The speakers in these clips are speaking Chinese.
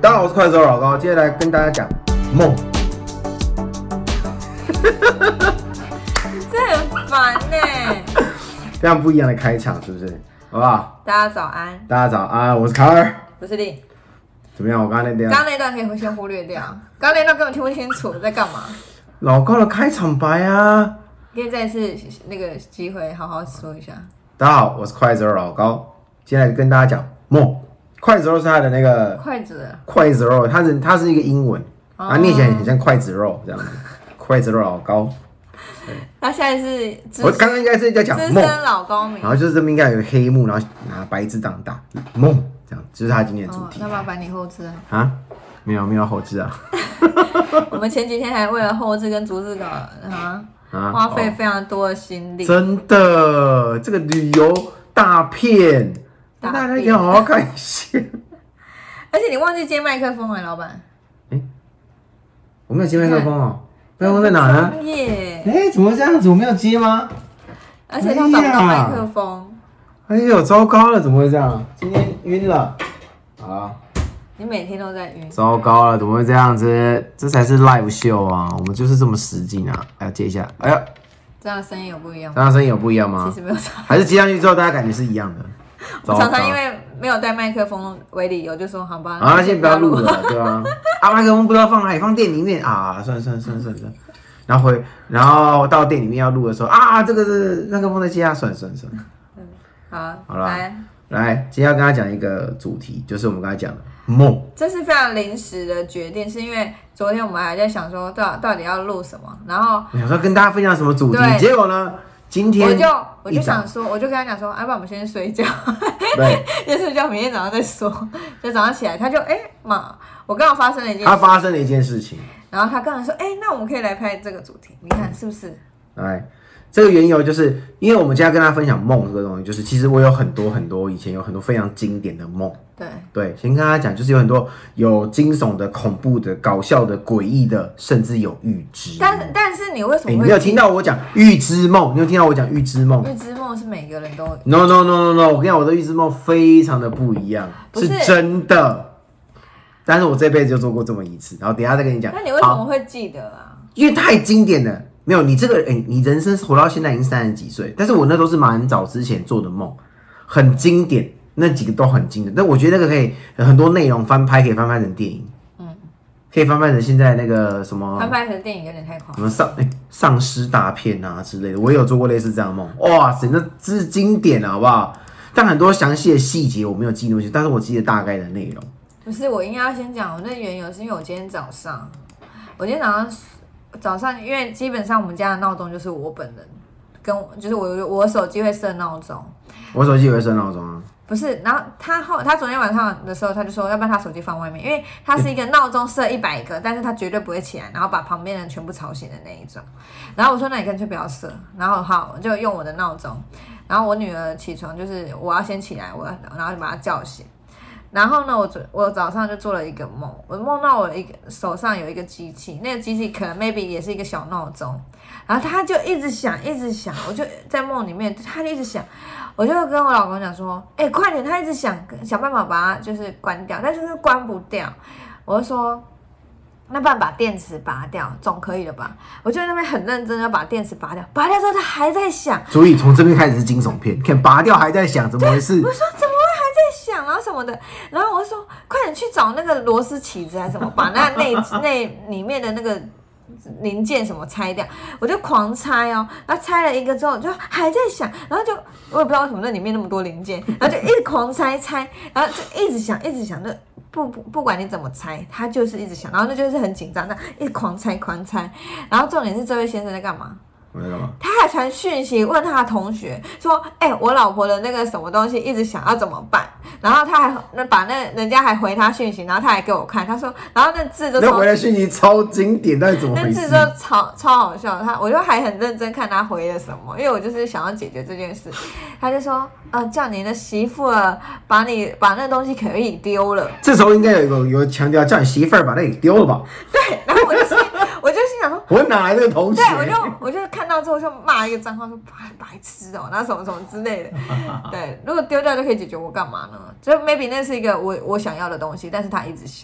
大家好，我是快手老高，接下来跟大家讲梦。 这很烦呢。 非常不一样的开场，是不是？好不好？ 大家早安， 大家早安，我是卡尔， 我是丽。 怎么样？我刚刚那段， 刚刚那段可以先忽略掉，刚刚那段根本听不清楚在干嘛。 老高的开场白啊！ 可以再次那个机会好好说一下。 大家好，我是筷子肉老高，接下来跟大家讲梦。筷子肉是他的那个筷子， 筷子肉，它是一个英文，它念起来很像筷子肉这样子。筷子肉老高， 他现在是我刚刚应该是在讲资梦， 深老高明。 然后就是这边应该有个黑幕，然后拿白字当大梦，这样就是他今天的主题。 那麻烦你后置啊，没有后置啊。 我们前几天还为了后置跟逐字稿花费非常多的心力。 真的，这个旅游大片，大家一定要好好看一下。 而且你忘记接麦克风了，老板。 我没有接麦克风哦，麦克风在哪呢？怎么会这样子？我没有接吗？ 而且他找不到麦克风。 哎呦，糟糕了，怎么会这样？今天晕了。啊。 你每天都在晕。 糟糕了，怎么会这样子？这才是 live 秀啊！我们就是这么实劲啊！哎呀，接一下，哎呀， 这样的声音有不一样吗？ 这样的声音有不一样吗？ 其实没有差。 还是接上去之后，大家感觉是一样的。 我常常因为没有带麦克风为理由，就说好吧。 啊，先不要录了，对吧？啊，麦克风不知道放哪里，放店里面啊，算了。然后到店里面要录的时候啊，这个是麦克风在接啊，算了。好了，来，今天要跟他讲一个主题，就是我们刚才讲的梦。这是非常临时的决定，是因为昨天我们还在想说到底要录什么，然后想说跟大家分享什么主题，结果呢，今天我就想说，我就跟他讲说，要不然我们先睡觉， 对， 先睡觉，明天早上再说。就早上起来，他就我刚好发生了一件事， 他发生了一件事情， 然后他刚才说，那我们可以来拍这个主题，你看是不是？ 来。这个缘由就是因为我们今天要跟他分享梦这个东西，就是其实我有很多以前有很多非常经典的梦。对，先跟他讲，就是有很多有惊悚的、恐怖的、搞笑的、诡异的，甚至有预知。 但是你为什么会？ 你没有听到我讲预知梦？你有听到我讲预知梦？ 预知梦是每个人都 No， 我跟你讲，我的预知梦非常的不一样，是真的。但是我这辈子就做过这么一次，然后等一下再跟你讲。 那你为什么会记得啊？ 因为太经典了。没有，你这个你人生活到现在已经30几岁，但是我那都是蛮早之前做的梦，很经典，那几个都很经典。但我觉得那个可以很多内容翻拍，可以翻拍成电影，可以翻拍成现在那个什么， 翻拍成电影有点太夸张， 什么丧尸大片啊之类的，我也有做过类似这样的梦。哇塞，那这是经典啊，好不好？但很多详细的细节我没有记那么清，但是我记得大概的内容。 不是，我应该要先讲我那缘由，是因为我今天早上，因为基本上我们家的闹钟就是我本人，就是我手机会设闹钟， 我手机也会设闹钟啊。 不是，然后他昨天晚上的时候，他就说要不然他手机放外面，因为他是一个闹钟设100个，但是他绝对不会起来，然后把旁边人全部吵醒的那一种。然后我说那你干脆不要设，然后好，我就用我的闹钟。然后我女儿起床就是我要先起来，然后就把她叫醒。然后呢，我早上就做了一个梦，我梦到我手上有一个机器，那个机器可能 maybe 也是一个小闹钟，然后它就一直响，我就在梦里面，它就一直响，我就跟我老公讲说，快点，它一直响，想办法把它就是关掉，但是关不掉，我就说，那不然把电池拔掉，总可以了吧？我就在那边很认真要把电池拔掉之后它还在响， 所以从这边开始是惊悚片，看拔掉还在响，怎么回事？ 我说怎么会还在响啊什么的，然后我就说快点去找那个螺丝起子还是什么，把那里面的那个零件什么拆掉，我就狂拆哦，然后拆了一个之后就还在响，然后就我也不知道为什么那里面那么多零件，然后就一直狂拆，然后就一直响，那不管你怎么拆，它就是一直响，然后那就是很紧张，那一直狂拆，然后重点是这位先生在干嘛？他还传讯息问他的同学说：“我老婆的那个什么东西一直想要怎么办？”然后他还把人家还回他讯息，然后他还给我看，他说，然后那字都那回来讯息超经典，到底怎么回事？ 那字都超好笑，我就还很认真看他回了什么，因为我就是想要解决这件事。他就说：“叫你的媳妇儿把那东西可以丢了。”这时候应该有强调叫你媳妇儿把那给丢了吧？ 对，然后我就心想说， 我哪来这个同学？ 对，我就看到之后就骂一个脏话，说白痴哦，然后什么什么之类的。对，如果丢掉就可以解决，我干嘛呢？就 maybe 那是一个我想要的东西，但是他一直想，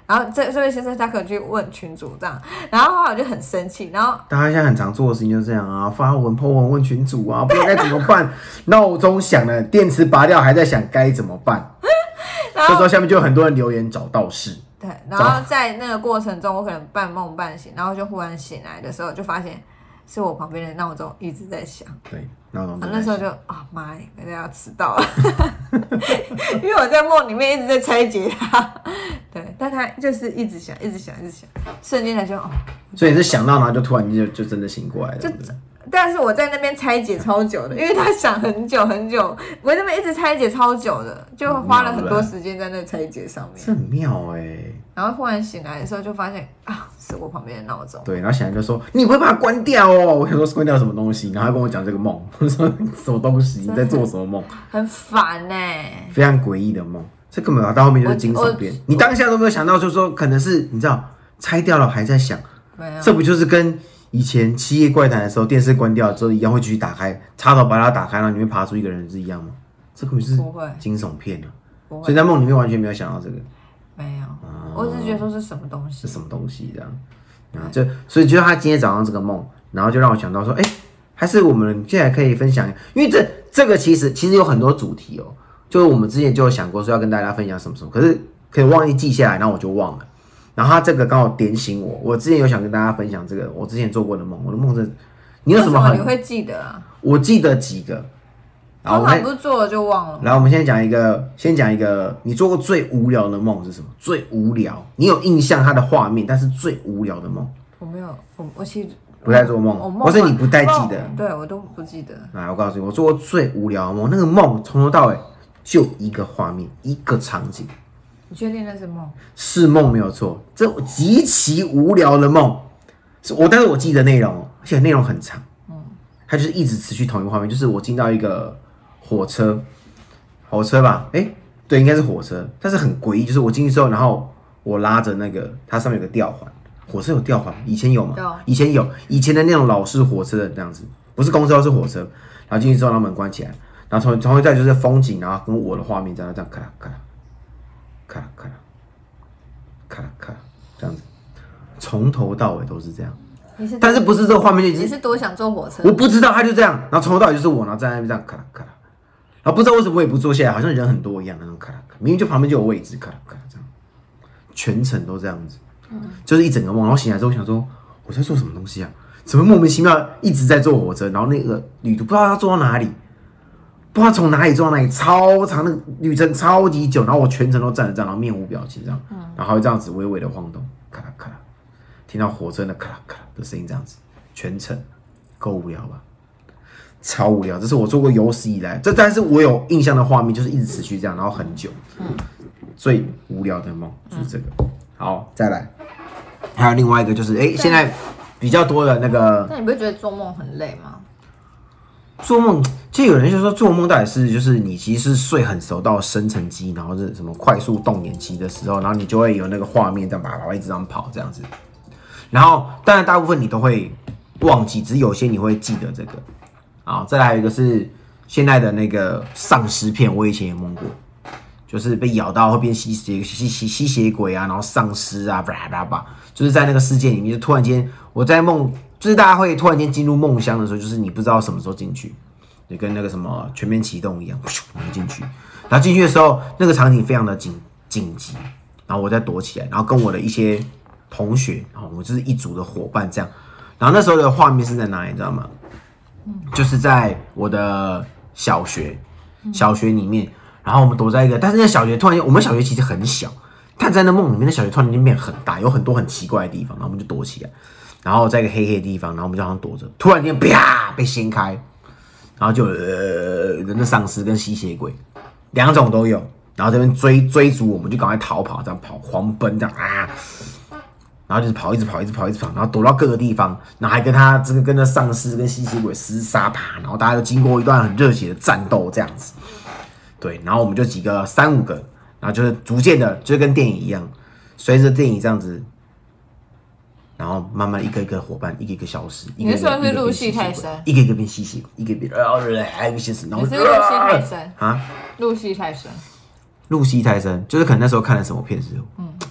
然后这位先生他可能去问群主这样，然后后来我就很生气，然后大家现在很常做的事情就是这样啊，发文 po 文问群主啊，不知道该怎么办，闹钟响了，电池拔掉，还在想该怎么办。这时候下面就有很多人留言找道士。 对，然后在那个过程中，我可能半梦半醒，然后就忽然醒来的时候，就发现是我旁边的闹钟一直在响。 对，闹钟。 那时候就妈呀，大家要迟到了，因为我在梦里面一直在拆解它。对，但它就是一直响，一直响，一直响，瞬间来就所以你是想到，然后就突然就真的醒过来了。 但是我在那边拆解超久的，因为他想很久很久，我在那边一直拆解超久的，就花了很多时间在那拆解上面。 这很妙然后忽然醒来的时候，就发现是我旁边的闹钟。 对，然后醒来就说你不会把它关掉哦。我想说关掉什么东西，然后他跟我讲这个梦，我说什么东西？你在做什么梦？ 很烦非常诡异的梦。这根本到后面就是惊悚片。你当下都没有想到，就是说可能是你知道拆掉了还在想， 没有， 这不就是跟以前《七夜怪谈》的时候，电视关掉之后一样会继续打开，插头把它打开，然后里面爬出一个人是一样吗？这根本就是惊悚片啊！所以在梦里面完全没有想到这个， 没有，我只是觉得说是什么东西， 是什么东西这样，然后所以就他今天早上这个梦，然后就让我想到说，还是我们现在可以分享，因为这个其实有很多主题哦，就是我们之前就有想过说要跟大家分享什么什么，可是可以忘记记下来，然后我就忘了。然后他这个刚好点醒我，我之前有想跟大家分享这个我之前做过的梦，我的梦真，你有什么你会记得啊？ 我记得几个， 通常不是做了就忘了。 来，我们先讲一个，你做过最无聊的梦是什么？最无聊，你有印象它的画面，但是最无聊的梦。 我没有，我其实不太做梦，或是你不太记得？ 对，我都不记得。 来，我告诉你，我做过最无聊的梦，那个梦从头到尾就一个画面，一个场景。 你确定那是梦？ 是梦没有错，这极其无聊的梦，但是我记得内容，而且内容很长，它就是一直持续同一个画面，就是我进到一个火车吧，对，应该是火车，但是很诡异，就是我进去之后，然后我拉着那个，它上面有个吊环，火车有吊环，以前有吗？以前有，以前的那种老式火车的这样子，不是公车，是火车，然后进去之后，然后门关起来，然后从再就是风景，然后跟我的画面这样咔啦咔啦。咔啦咔啦，咔啦咔啦，这样子，从头到尾都是这样。但是不是这个画面就已经？ 你是多想坐火车？ 我不知道，他就这样，然后从头到尾就是我，然后在那边这样咔啦咔啦，然后不知道为什么我也不坐下来，好像人很多一样那种咔啦咔啦，明明就旁边就有位置，咔啦咔啦这样，全程都这样子，就是一整个梦。然后醒来之后想说我在做什么东西啊？怎么莫名其妙一直在坐火车？然后那个旅途不知道要坐到哪里。不知道从哪里坐到哪里，超长的旅程超级久，然后我全程都站着这样，然后面无表情这样，然后还会这样子微微的晃动，咔啦咔啦，听到火车的咔啦咔啦的声音，这样子，全程够无聊吧？超无聊，这是我做过有史以来，但是我有印象的画面就是一直持续这样，然后很久，最无聊的梦就是这个。好，再来，还有另外一个就是，现在比较多的那个， 那你不会觉得做梦很累吗？ 做梦，其实有人就说做梦到底是就是你其实是睡很熟到深层期，然后是什么快速动眼期的时候，然后你就会有那个画面这样一直这样跑这样子，然后当然大部分你都会忘记，只是有些你会记得这个。好，再来还有一个是现在的那个丧尸片，我以前也梦过，就是被咬到会变吸血鬼啊，然后丧尸啊，就是在那个世界里面，就突然间我在梦。就是大家会突然间进入梦乡的时候，就是你不知道什么时候进去，就跟那个什么全面启动一样，然后进去，然后进去的时候，那个场景非常的紧急，然后我再躲起来，然后跟我的一些同学，然后我就是一组的伙伴这样，然后那时候的画面是在哪里，你知道吗？就是在我的小学里面，然后我们躲在一个，但是那小学突然间，我们小学其实很小，但在那梦里面，那小学突然间变很大，有很多很奇怪的地方，然后我们就躲起来。然后在一个黑黑的地方，然后我们就好像躲着，突然间啪被掀开，然后就那丧尸跟吸血鬼两种都有，然后这边追逐我们就赶快逃跑，这样跑狂奔这样啊，然后就是跑一直跑，然后躲到各个地方，然后还跟那丧尸跟吸血鬼厮杀啪，然后大家都经过一段很热血的战斗这样子，对，然后我们就几个3-5个，然后就是逐渐的就跟电影一样，随着电影这样子。然后慢慢一个一个伙伴，一个一个消失。 你是说是入戏太深？ 一个一个变吸血，一个一个变吸血，然后你是入戏太深啊？ 入戏太深， 入戏太深，就是可能那时候看了什么片子，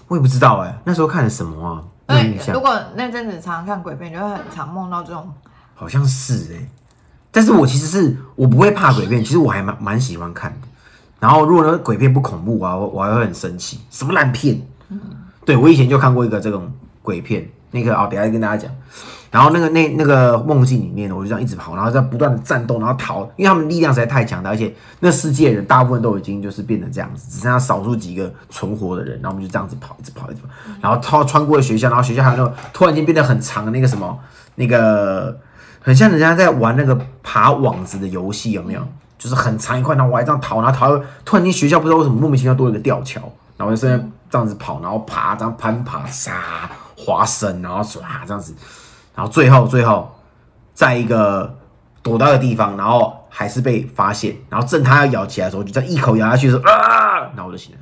我也不知道那时候看了什么啊？ 如果那阵子常常看鬼片，就会很常梦到这种。 好像是但是我其实我不会怕鬼片，其实我还蛮喜欢看的。然后如果那鬼片不恐怖啊，我还会很生气，什么烂片。对，我以前就看过一个这种鬼片，那个等一下跟大家讲。然后那个梦境里面，我就这样一直跑，然后在不断的战斗，然后逃，因为他们力量实在太强大，而且那世界人大部分都已经就是变成这样子，只剩下少数几个存活的人，然后我们就这样子跑，一直跑，然后穿过了学校，然后学校还有那种突然间变得很长的那个什么，那个很像人家在玩那个爬网子的游戏，有没有？就是很长一块，然后我还这样逃，然后逃，突然间学校不知道为什么莫名其妙多了一个吊桥，然后我就现在这样子跑，然后爬，这样攀爬，滑绳，然后这样子。然后最后，在一个躲到的地方，然后还是被发现，然后正他要咬起来的时候，就这样一口咬下去的时候然后我就醒了，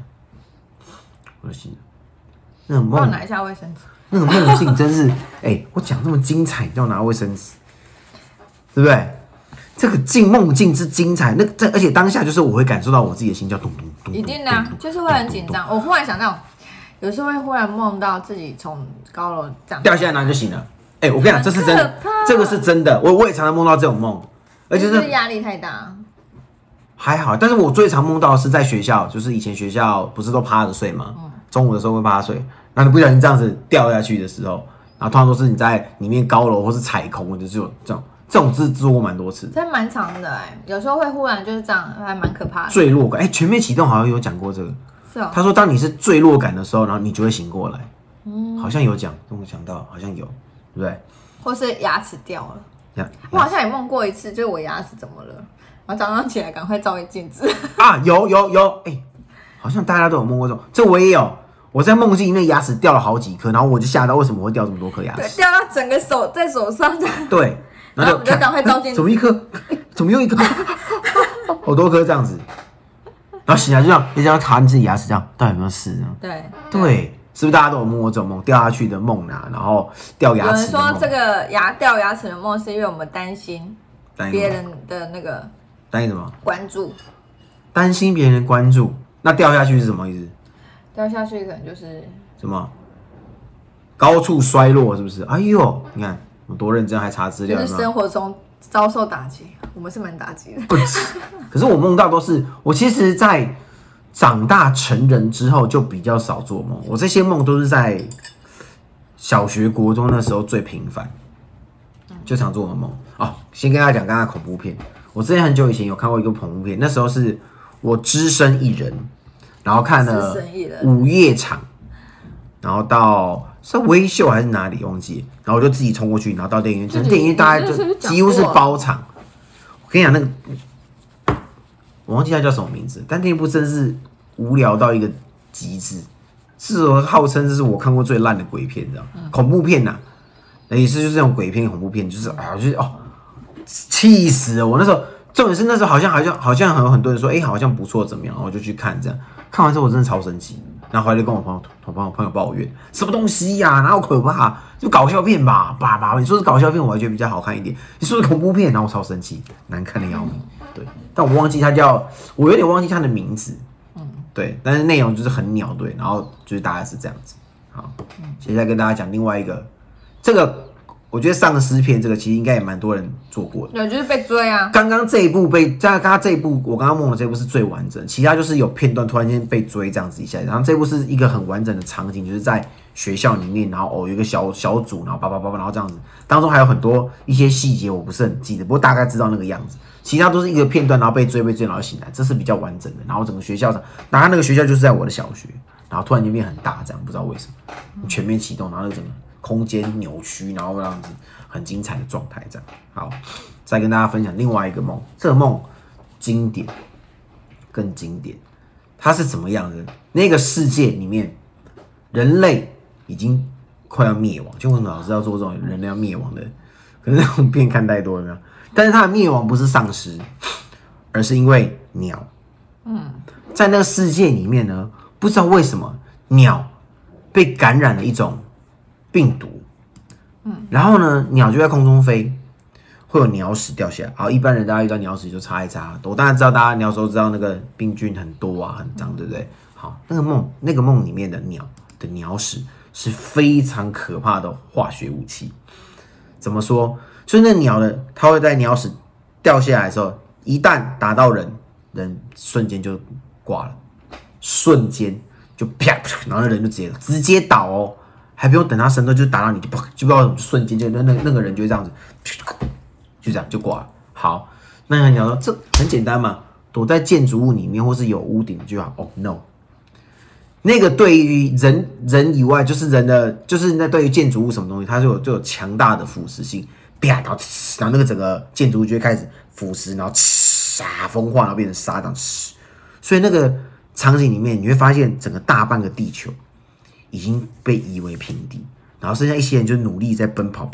那种梦， 帮我拿一下卫生纸。 那种梦境真是，我讲这么精彩，你要拿卫生纸，对不对？这个梦境之精彩，而且当下就是我会感受到我自己的心跳咚咚咚， 一定的就是会很紧张。我忽然想到，有时候会忽然梦到自己从高楼这样掉下来，然后就醒了。我跟你讲，这是真的，这个是真的。我也常常梦到这种梦，而且是压力太大。 还好，但是我最常梦到的是在学校，就是以前学校不是都趴着睡吗？中午的时候会趴着睡，然后你不小心这样子掉下去的时候，然后通常都是你在里面高楼或是踩空，就是有这种字做过蛮多次， 真蛮长的有时候会忽然就是这样，还蛮可怕的。 坠落感，全面启动好像有讲过这个， 是哦。 他说当你是坠落感的时候，然后你就会醒过来，好像有讲，我想到好像有，对不对？ 或是牙齿掉了，我好像也梦过一次，就是我牙齿怎么了，然后早上起来赶快照一镜子有，好像大家都有梦过这我也有。我在梦境里面牙齿掉了好几颗，然后我就吓到，为什么会掉这么多颗牙齿？ 对，掉到整个手在手上的。 对， 然后我就赶快照镜子， 怎么一颗？怎么又一颗？好多颗这样子，然后醒来就这样，一直要查你自己牙齿，这样到底有没有事呢？对。是不是大家都有梦过这种梦，掉下去的梦啊，然后掉牙齿的梦？ 有人说这个掉牙齿的梦是因为我们担心别人的那个担心什么？ 关注， 担心别人关注。那掉下去是什么意思？ 掉下去可能就是什么？高处衰落是不是？哎呦，你看我多认真，还查资料。 就是生活中遭受打击，我们是蛮打击的。 不是，可是我梦到都是我其实，在长大成人之后就比较少做梦，我这些梦都是在小学、国中那时候最频繁，就常做的梦。先跟大家讲刚刚恐怖片，我之前很久以前有看过一个恐怖片，那时候是我只身一人，然后看了午夜场，然后到是微秀还是哪里忘记，然后我就自己冲过去，然后到电影院，电影院大概就几乎是包场。我跟你讲那个。我忘记它叫什么名字，但那部真是无聊到一个极致，是我号称这是我看过最烂的鬼片，这样恐怖片呐，也是就是这种鬼片恐怖片，就是就是气死了！我那时候重点是那时候好像有很多人说好像不错怎么样，然后我就去看，这样看完之后我真的超生气，然后回来就跟我朋友抱怨什么东西呀，哪有可怕，就搞笑片吧，爸，你说是搞笑片我还觉得比较好看一点，你说是恐怖片，然后我超生气，难看的要命。对，但我忘记我有点忘记它的名字，对，但是内容就是很鸟，对，然后就是大概是这样子。好，现在跟大家讲另外一个，这个我觉得丧尸片这个其实应该也蛮多人做过的， 对，就是被追啊。 刚刚这一部我刚刚梦的这一部是最完整，其他就是有片段突然间被追这样子一下，然后这部是一个很完整的场景，就是在学校里面，然后有一个小组，然后然后这样子，当中还有很多一些细节我不是很记得，不过大概知道那个样子。其他都是一个片段，然后被追，然后醒来，这是比较完整的。然后整个学校上，然后那个学校就是在我的小学，然后突然间变很大，这样不知道为什么，全面启动，然后整个空间扭曲，然后这样子很精彩的状态，这样。好，再跟大家分享另外一个梦，这个梦经典，更经典，它是怎么样的？那个世界里面，人类已经快要灭亡，就为什么老师要做这种人类要灭亡的？可是那种片看太多了，有没有？但是它的灭亡不是丧尸，而是因为鸟。在那个世界里面呢，不知道为什么鸟被感染了一种病毒。然后呢，鸟就在空中飞，会有鸟屎掉下来。好，一般人大家遇到鸟屎就擦一擦。我当然知道，大家鸟时候知道那个病菌很多啊，很脏，对不对？好，那个梦里面的鸟的鸟屎是非常可怕的化学武器。怎么说？就是那鸟呢，它会在鸟屎掉下来的时候，一旦打到人，人瞬间就挂了，瞬间就啪，然后那人就直接倒哦，还不用等他升动，就打到你就不知道就瞬间就那个人就会这样子，就这样就挂了。好，那个鸟说这很简单嘛，躲在建筑物里面或是有屋顶就好。Oh no！ 那个对于人以外，就是人的，就是那对于建筑物什么东西，它就有强大的腐蚀性，啪，然后那个整个建筑物就会开始腐蚀，然后风化，然后变成沙这样。所以那个场景里面，你会发现整个大半个地球已经被夷为平地，然后剩下一些人就努力在奔跑，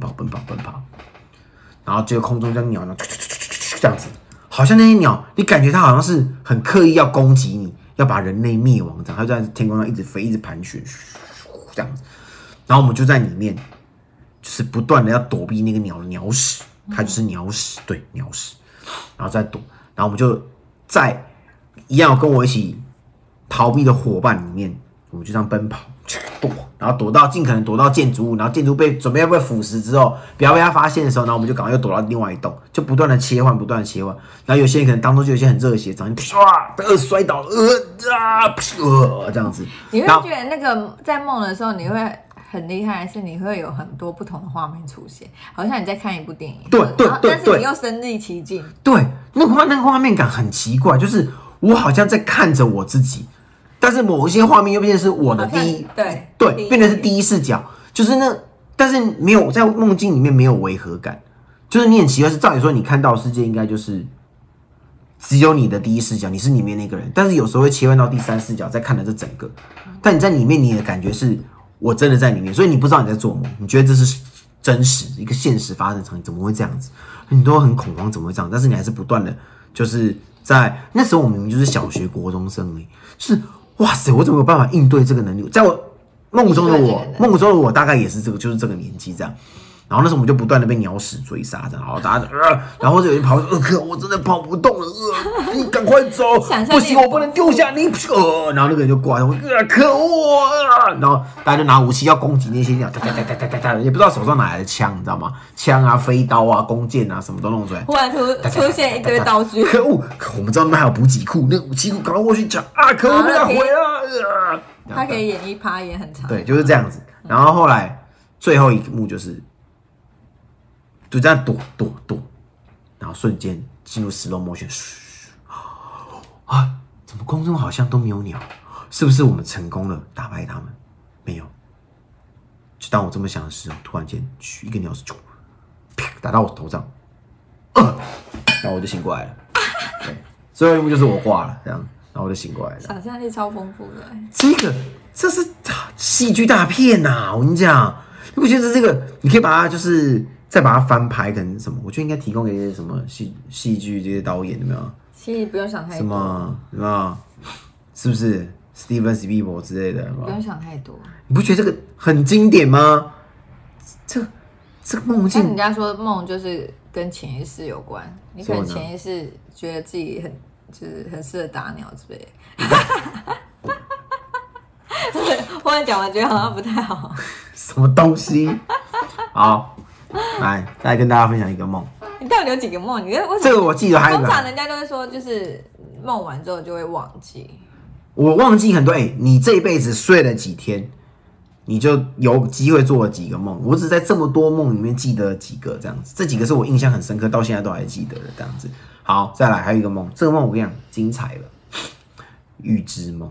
然后就空中这样鸟这样子，好像那些鸟，你感觉它好像是很刻意要攻击你，要把人类灭亡这样，它就在天空上一直飞，一直盘旋，这样子。然后我们就在里面，就是不断的要躲避那个鸟的鸟屎，它就是鸟屎，对，鸟屎，然后再躲，然后我们就在一样跟我一起逃避的伙伴里面，我们就这样奔跑躲，然后尽可能躲到建筑物，然后建筑物准备要被腐蚀之后，不要被他发现的时候，然后我们就赶快又躲到另外一栋，就不断的切换。然后有些人可能当中就有一些很热血，然后啪，被摔倒了，这样子。 你会觉得那个在梦的时候，你会很厉害，是你会有很多不同的画面出现，好像你在看一部电影。 对， 但是你又身临其境。 对，那个画面感很奇怪，就是我好像在看着我自己。但是某一些画面又变成是我的对，变成是第一视角，就是但是没有在梦境里面没有违和感，就是你很奇怪，是照理说你看到的世界应该就是只有你的第一视角，你是里面那个人，但是有时候会切换到第三视角再看了这整个，但你在里面你的感觉是我真的在里面，所以你不知道你在做梦，你觉得这是真实一个现实发生的场景，怎么会这样子？你都很恐慌，怎么会这样？但是你还是不断的，就是在那时候我明明就是小学国中生而已，就是哇塞，我怎么有办法应对这个能力？在我梦中的我大概也是就是这个年纪这样。然后那时候我们就不断的被鸟屎追杀，然后大家然后就有人跑，哥，我真的跑不动了，你赶快走，不行，我不能丢下你，然后那个人就过来，可恶，然后大家就拿武器要攻击那些鸟，也不知道手上哪来的枪，你知道吗？枪啊、飞刀啊、弓箭啊，什么都弄出来。 忽然出现一堆道具， 可恶！我们知道那边还有补给库，那个武器库赶快过去抢啊！可恶，不要回了！ 他可以演一趴，演很长。 对，就是这样子。然后后来最后一幕就是。就这样躲，然后瞬间进入 slow motion， 怎么空中好像都没有鸟？是不是我们成功了打败他们？没有。就当我这么想的时候，突然间，一个鸟是啪打到我头上，然后我就醒过来了。对，最后一幕就是我挂了，这样，然后我就醒过来了。 想象力超丰富的。这是戏剧大片呐！我跟你讲，你不觉得这个你可以把它就是。再把它翻拍成什么？我觉得应该提供给一些什么戏剧这些导演有没有？ 其实不用想太多。 什么？是不是 Steven Spielberg 之类的？ 不用想太多。 你不觉得这个很经典吗？这个梦境， 人家说梦就是跟潜意识有关，你可能潜意识觉得自己很适合打鸟之类的。忽然讲完觉得好像不太好。 什么东西？好。来跟大家分享一个梦。 你到底有几个梦？ 这个我记得还有。 通常人家都会说，就是梦完之后就会忘记。 我忘记很多。你这一辈子睡了几天，你就有机会做了几个梦。我只在这么多梦里面记得几个这样子，这几个是我印象很深刻，到现在都还记得的这样子。好，再来还有一个梦，这个梦我跟你讲精彩了，预知梦。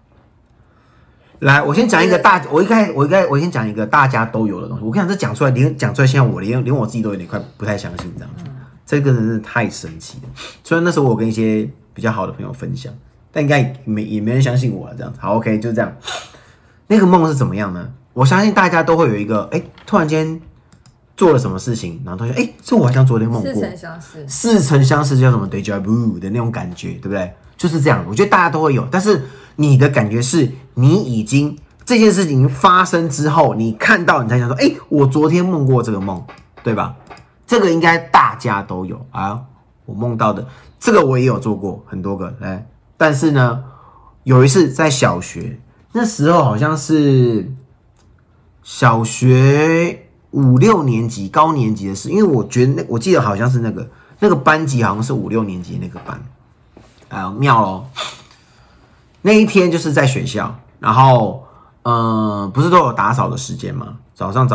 来，我先讲一个我先讲一个大家都有的东西。我跟你讲，这讲出来，现在我连我自己都有点快不太相信这样子。这个真是太神奇了。虽然那时候我跟一些比较好的朋友分享，但应该也没人相信我了。这样子，好 ，OK， 就这样。那个梦是怎么样呢？我相信大家都会有一个，突然间做了什么事情，然后他说，这我好像昨天梦过。似曾相识叫什么 déjà vu 的那种感觉，对不对？就是这样。我觉得大家都会有，但是你的感觉是你已经这件事情发生之后，你看到你才想说，我昨天梦过这个梦，对吧？这个应该大家都有啊。我梦到的这个我也有做过很多个，但是呢，有一次在小学， 那时候好像是小学5、6年级高年级的事，因为我觉得我记得好像是那个班级好像是5、6年级那个班，妙咯。那一天就是在学校，然后不是都有打扫的时间吗？早上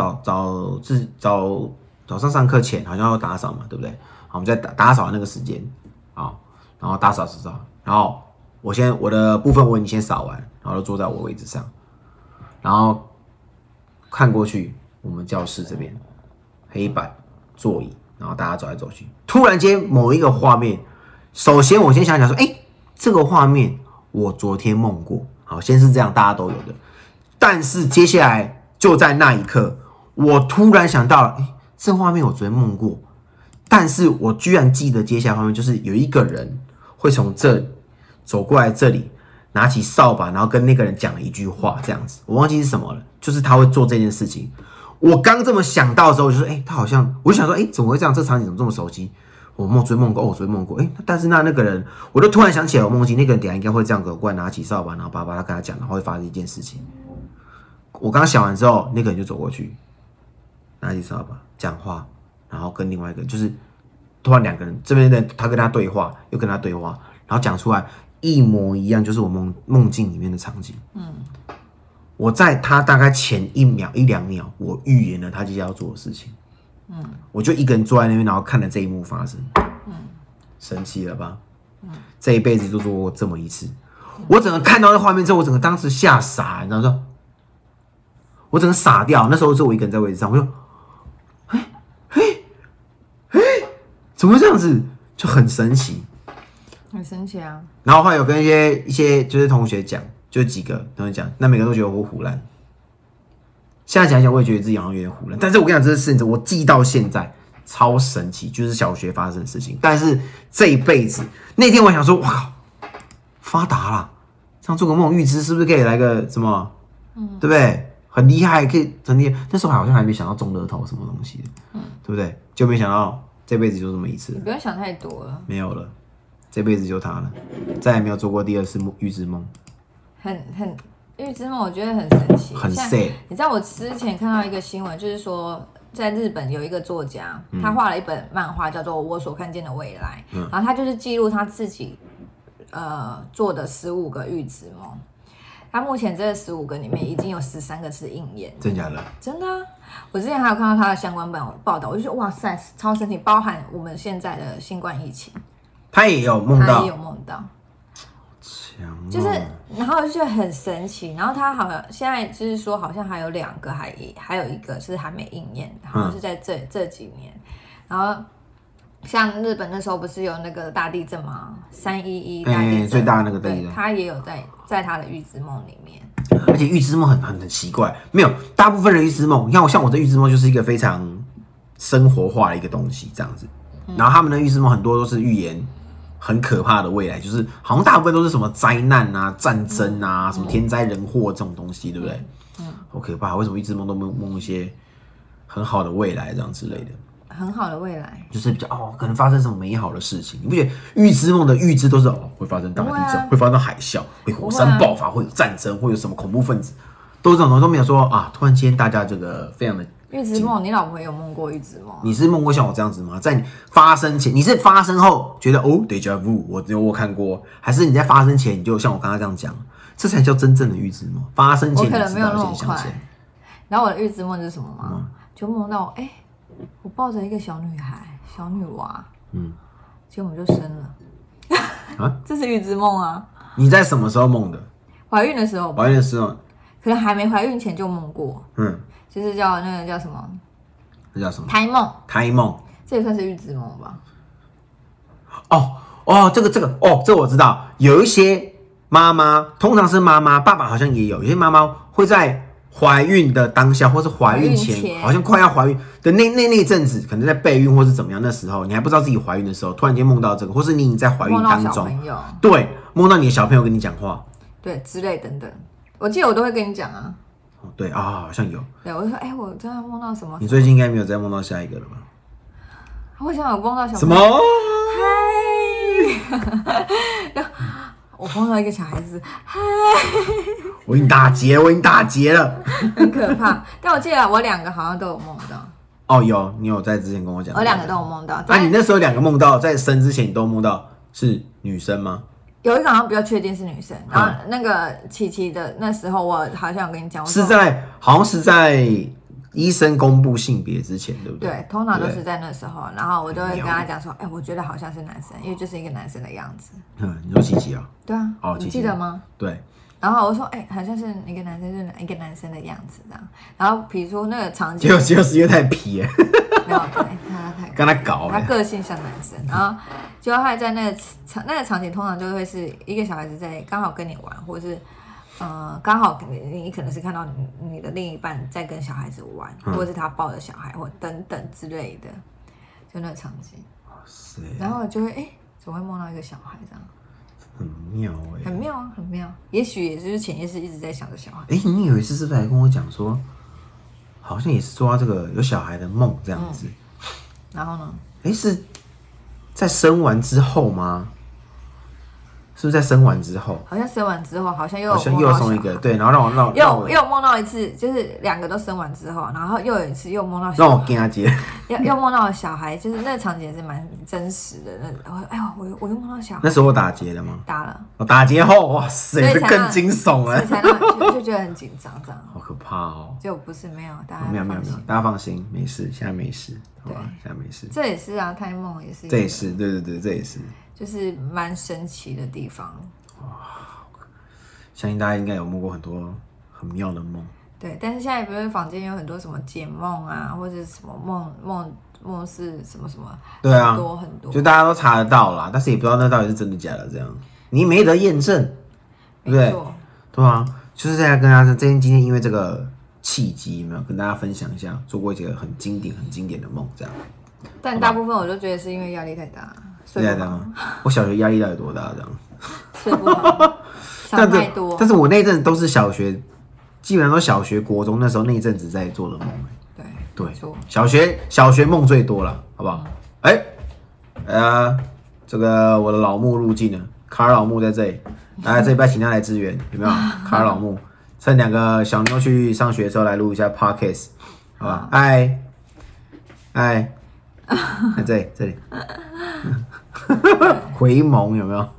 早上上课前好像要打扫嘛，对不对？好，我们在打扫那个时间，好，然后打扫，然后我的部分我已经先扫完，然后就坐在我位置上，然后看过去我们教室这边黑板座椅，然后大家走来走去，突然间某一个画面，首先我先想想说，这个画面我昨天梦过，好，先是这样，大家都有的，但是接下来就在那一刻，我突然想到了，这画面我昨天梦过，但是我居然记得接下来画面就是有一个人会从这里走过来这里，拿起扫把，然后跟那个人讲了一句话，这样子，我忘记是什么了，就是他会做这件事情。我刚这么想到的时候，我就说，他好像，我就想说，怎么会这样？这场景怎么这么熟悉？我昨天梦过，但是那个人，我就突然想起来，我梦境那个人等一下应该会这样走过来，拿起扫把，然后爸爸他跟他讲，然后会发生一件事情。我刚想完之后，那个人就走过去，拿起扫把讲话，然后跟另外一个人，就是突然2个人，这边的他跟他对话，又跟他对话，然后讲出来一模一样，就是我梦境里面的场景。我在他大概前1秒、1、2秒，我预言了他接下来要做的事情。我就一个人坐在那边，然后看了这一幕发生。神奇了吧？这一辈子就做过这么一次。我整个看到那画面之后，我整个当时吓傻，你知道吗？我整个傻掉。那时候是我一个人在位置上，我就，怎么会这样子？就很神奇， 很神奇啊。 然后后来有跟一些就是同学讲，就几个同学讲，那每个都觉得我唬烂。现在讲一讲，我也觉得自己好像有点唬烂。但是我跟你讲，这件事情我记到现在，超神奇，就是小学发生的事情。但是这一辈子，那天我想说，哇靠，发达啦！这样做个梦预知，是不是可以来个什么？对不对？很厉害，可以很厉害。那时候好像还没想到中乐透什么东西的，对不对？就没想到这辈子就这么一次。 你不用想太多了， 没有了，这辈子就他了，再也没有做过第2次预知梦。 预知梦我觉得很神奇， 很 sad。 你知道我之前看到一个新闻，就是说在日本有一个作家，他画了一本漫画叫做《我所看见的未来》，然后他就是记录他自己做的15个预知梦。他目前这15个里面已经有13个是应验， 真假的？ 真的啊！我之前还有看到他的相关报道，我就觉得哇塞，超神奇，包含我们现在的新冠疫情， 他也有梦到， 就是，然后就觉得很神奇。然后他好像现在就是说，好像还有2个，还有一个是还没应验，好像是在这几年。然后像日本那时候不是有那个大地震吗？311大地震， 最大的那个地震， 他也有在他的预知梦里面。 而且预知梦很奇怪，没有大部分人预知梦，你看像我的预知梦就是一个非常生活化的一个东西这样子。然后他们的预知梦很多都是预言很可怕的未来，就是好像大部分都是什么灾难啊、战争啊、什么天灾人祸这种东西，对不对？好可怕！为什么预知梦都梦一些很好的未来这样之类的？ 很好的未来， 就是比较可能发生什么美好的事情，你不觉得预知梦的预知都是会发生大地震，会发生海啸，会火山爆发，会有战争，会有什么恐怖分子，都是这种东西，都没有说突然间大家这个非常的预知梦。你老婆有梦过预知梦？ 你是梦过像我这样子吗？在你发生前，你是发生后觉得déjà vu，我看过，还是你在发生前你就像我刚刚这样讲，这才叫真正的预知梦？发生前我可能没有那么快。 然后我的预知梦是什么吗？就梦到我抱着一个小女孩、小女娃，结果我们就生了。这是预知梦啊！ 你在什么时候梦的？ 怀孕的时候。 怀孕的时候， 可能还没怀孕前就梦过。就是叫那个叫什么？ 那叫什么？ 胎梦。 胎梦， 这也算是预知梦吧？ 这个我知道。有一些妈妈，通常是妈妈，爸爸好像也有。有些妈妈会在怀孕的当下，或是怀孕前，好像快要怀孕的那阵子，可能在备孕或是怎么样，那时候你还不知道自己怀孕的时候，突然间梦到这个，或是你已经在怀孕当中，对，梦到你的小朋友跟你讲话， 对，之类等等。我记得我都会跟你讲啊。 对好像有。 对，我就说，我真的梦到什么？ 你最近应该没有再梦到下一个了吧？ 我想有梦到小什么？ 嗨！ 梦到一个小孩子，嗨， 我已经打结了， 很可怕。但我记得我2个好像都有梦到。 哦，你有在之前跟我讲， 我2个都有梦到。 你那时候2个梦到，在生之前你都梦到是女生吗？ 有一个好像比较确定是女生，然后那个琪琪的那时候，我好像有跟你讲， 好像是在医生公布性别之前，对不对？ 对，通常都是在那时候，然后我就会跟他讲说，我觉得好像是男生，因为就是一个男生的样子。 你说琪琪啊？ 对啊，你记得吗？ 对。 然后我说，好像是一个男生，是一个男生的样子这样。然后比如说那个场景， 结果是因为太皮了， 没有，对，他太跟他搞， 他个性像男生。然后结果他在那个场景，通常就会是一个小孩子在刚好跟你玩，或者是刚好你可能是看到你的另一半在跟小孩子玩，或者是他抱着小孩，或等等之类的，就那个场景。然后就会怎么会梦到一个小孩这样？ 很妙很妙啊，很妙。也许也就是潜意识一直在想着小孩。 你有一次是不是还跟我讲说，好像也是做到这个有小孩的梦这样子？ 然后呢？ 是在生完之后吗？是不是在生完之后？ 好像生完之后，好像又送一个，对，然后让我又梦到一次，就是2个都生完之后，然后又有一次又梦到让我惊姐， 又梦到小孩，就是那个场景也是蛮真实的。我又梦到小孩。 那时候我打结了吗？ 打了。 我打结后，哇塞，这更惊悚了， 所以才让就觉得很紧张，这样。 好可怕哦！ 就不是没有，大家没有，大家放心，没事，现在没事，好吧，现在没事。 这也是啊，胎梦也是。 这也是，对，这也是， 就是蛮神奇的地方。 相信大家应该有梦过很多很妙的梦。 对，但是现在不是坊间有很多什么解梦啊，或者什么梦是什么什么， 对啊， 很多， 就大家都查得到啦，但是也不知道那到底是真的假的，这样你没得验证，对不对？对啊，就是在跟大家今天因为这个契机，有没有跟大家分享一下，做过一个很经典的梦，这样。 但大部分我都觉得是因为压力太大， 睡不好。我小学压力到底多大？这样睡不好，想太多。 但是我那一阵都是小学，基本上都小学、国中那时候那一阵子在做的梦。对，小学梦最多了，好不好？这个我的老木入境了，卡尔老木在这里，这一拜请他来支援，有没有？卡尔老木趁2个小妞去上学的时候来录一下 podcast， 好吧？哎，这里，回眸有没有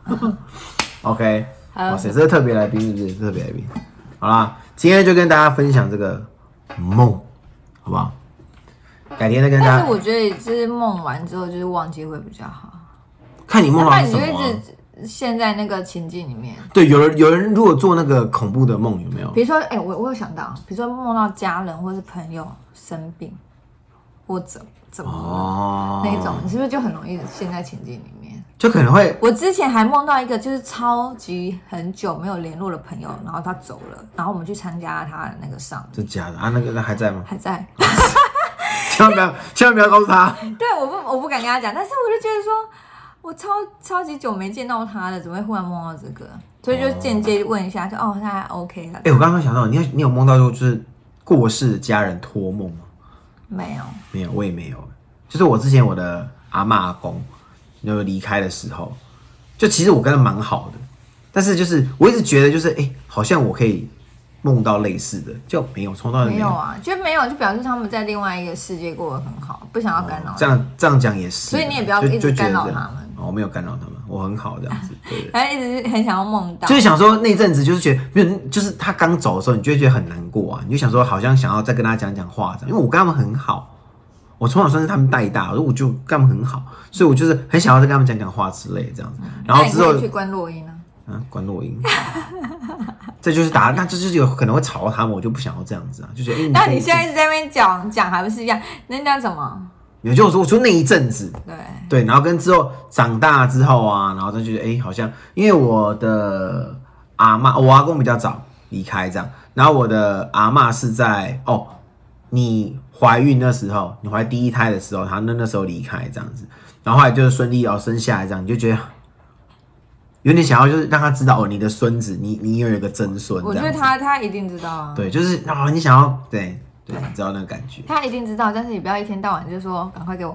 ？OK， 哇塞，这是特别来宾，是不是？特别来宾。好啦，今天就跟大家分享这个梦，好不好？改天再跟大家。 但是我觉得就是梦完之后，就是忘记会比较好。 看你梦到什么、 你就一直陷在那个情境里面。 对，有人如果做那个恐怖的梦，有没有？ 比如说，我有想到，比如说梦到家人或是朋友生病，或怎么那种，你是不是就很容易陷在情境里面？ 就可能会。 我之前还梦到一个就是超级很久没有联络的朋友，然后他走了，然后我们去参加他的那个丧礼。 真假的啊？那还在吗？ 还在。 千万不要告诉他。 对，我不敢跟他讲，但是我就觉得说，我超级久没见到他了，怎么会忽然梦到这个？所以就间接问一下，就他还 OK 了。 我刚刚想到，你有梦到就是过世的家人托梦吗？ 没有， 我也没有。就是我之前我的阿嬷阿公就离开的时候，就其实我跟他蛮好的，但是就是我一直觉得就是好像我可以梦到类似的，就没有，从头到尾没有啊，就没有，就表示他们在另外一个世界过得很好，不想要干扰。 这样讲也是， 所以你也不要一直干扰他们。 我没有干扰他们，我很好这样子。对， 他一直很想要梦到， 就是想说那阵子就是觉得，就是他刚走的时候，你就会觉得很难过啊，你就想说好像想要再跟他讲话，因为我跟他们很好。我从小算是他们带大，我就跟他们很好，所以我就是很想要再跟他们讲话之类的这样子。然后之后去关落音啊， 关落音，这就是那这就是有可能会吵到他们，我就不想要这样子啊，就觉得那你现在一直在那边讲还不是一样？那叫什么？ 也就是我说那一阵子，对，然后跟之后长大之后啊，然后就觉得好像因为我的阿嬷，我阿公比较早离开这样，然后我的阿嬷是在你怀孕那时候，你怀第一胎的时候，他那时候离开这样子，然后后来就是顺利生下来这样，你就觉得有点想要就是让他知道你的孙子，你有一个曾孙。 我觉得他一定知道啊。 对，就是你想要对，知道那个感觉。 他一定知道，但是你不要一天到晚就说赶快给我梦。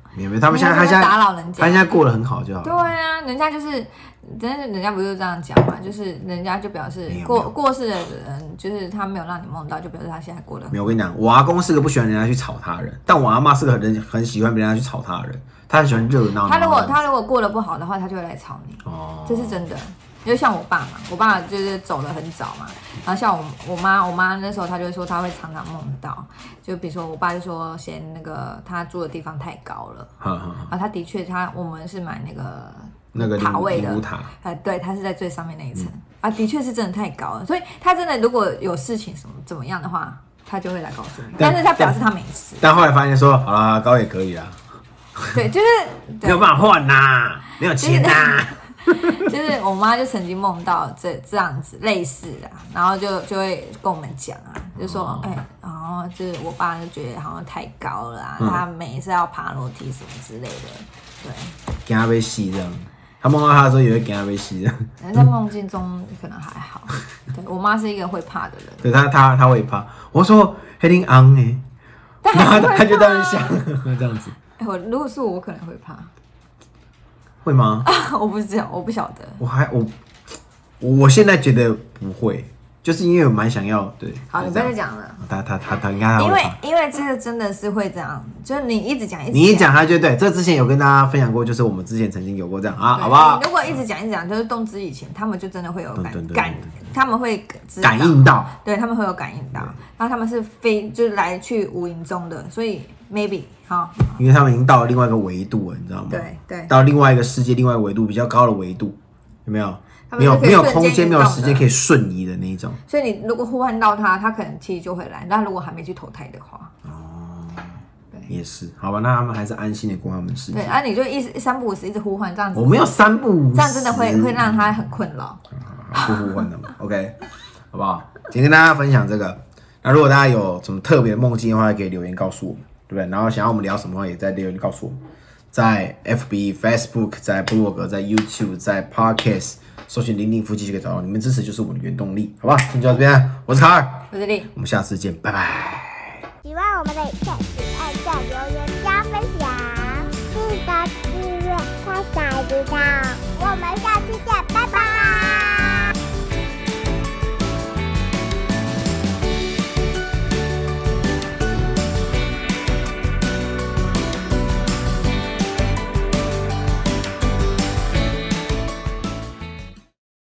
没有，他们现在打扰人家， 他现在过得很好就好了。 对啊，人家就是，真的人家不是这样讲嘛，就是人家就表示过世的人，就是他没有让你梦到，就表示他现在过得很好。 没有，我跟你讲，我阿公是个不喜欢人家去吵他的人，但我阿妈是个很喜欢别人家去吵他的人，他很喜欢热闹。 他如果过得不好的话，他就会来吵你。哦，这是真的。就像我爸嘛，我爸就是走得很早嘛，然后像我妈那时候她就会说她会常常梦到，就比如说我爸就说嫌那个他住的地方太高了，然后他的确我们是买那个塔位的塔， 对，他是在最上面那一层，的确是真的太高了，所以他真的如果有事情怎么样的话，他就会来告诉你，但是他表示他没事， 但后来发现说好啦，高也可以啦， 对，就是没有办法换呐，没有钱呐。 就是我妈就曾经梦到这样子类似的，然后就会跟我们讲啊，就说然后就是我爸就觉得好像太高了啊，他每次要爬楼梯什么之类的，对， 给他被吸这样。他梦到他的时候也会给他被吸这样。 在梦境中可能还好，对我妈是一个会怕的人， 对他会怕。我说黑丁昂但他就在那想这样子。 如果是我可能会怕。 会吗？ 我不晓得。 我现在觉得不会，就是因为我蛮想要对。 好，你不要再讲了。 他应该因为这个真的是会这样，就是你一直讲， 你一讲他就对。这之前有跟大家分享过，就是我们之前曾经有过这样啊，好不好？ 如果一直讲，就是动之以情，他们就真的会有他们会感应到， 对他们会有感应到，然后他们是就是来去无影中的，所以 maybe 好， 因为他们已经到了另外一个维度了，你知道吗？ 对， 到另外一个世界，另外一个维度比较高的维度，有没有？没有空间，没有时间可以瞬移的那一种。 所以你如果呼唤到他可能其实就会来。但如果还没去投胎的话， 对，也是，好吧，那他们还是安心的过他们世界。 对，你就三不五时一直呼唤这样子。 我没有三不五时， 这样真的会让他很困扰。 不呼唤的嘛，OK， 好不好？今天跟大家分享这个。那如果大家有什么特别的梦境的话，可以留言告诉我们，对不对？然后想要我们聊什么话，也在留言告诉我们，在 FB、Facebook、在部落格、在 YouTube、在 Podcast。搜寻零零夫妻就可以找到，你们支持就是我们的原动力，好吧？今天就到这边，我是卡尔， 我是丽， 我们下次见，拜拜。 喜欢我们的影片，请按下留言加分享，记得订阅，开小铃铛，我们下期见，拜拜。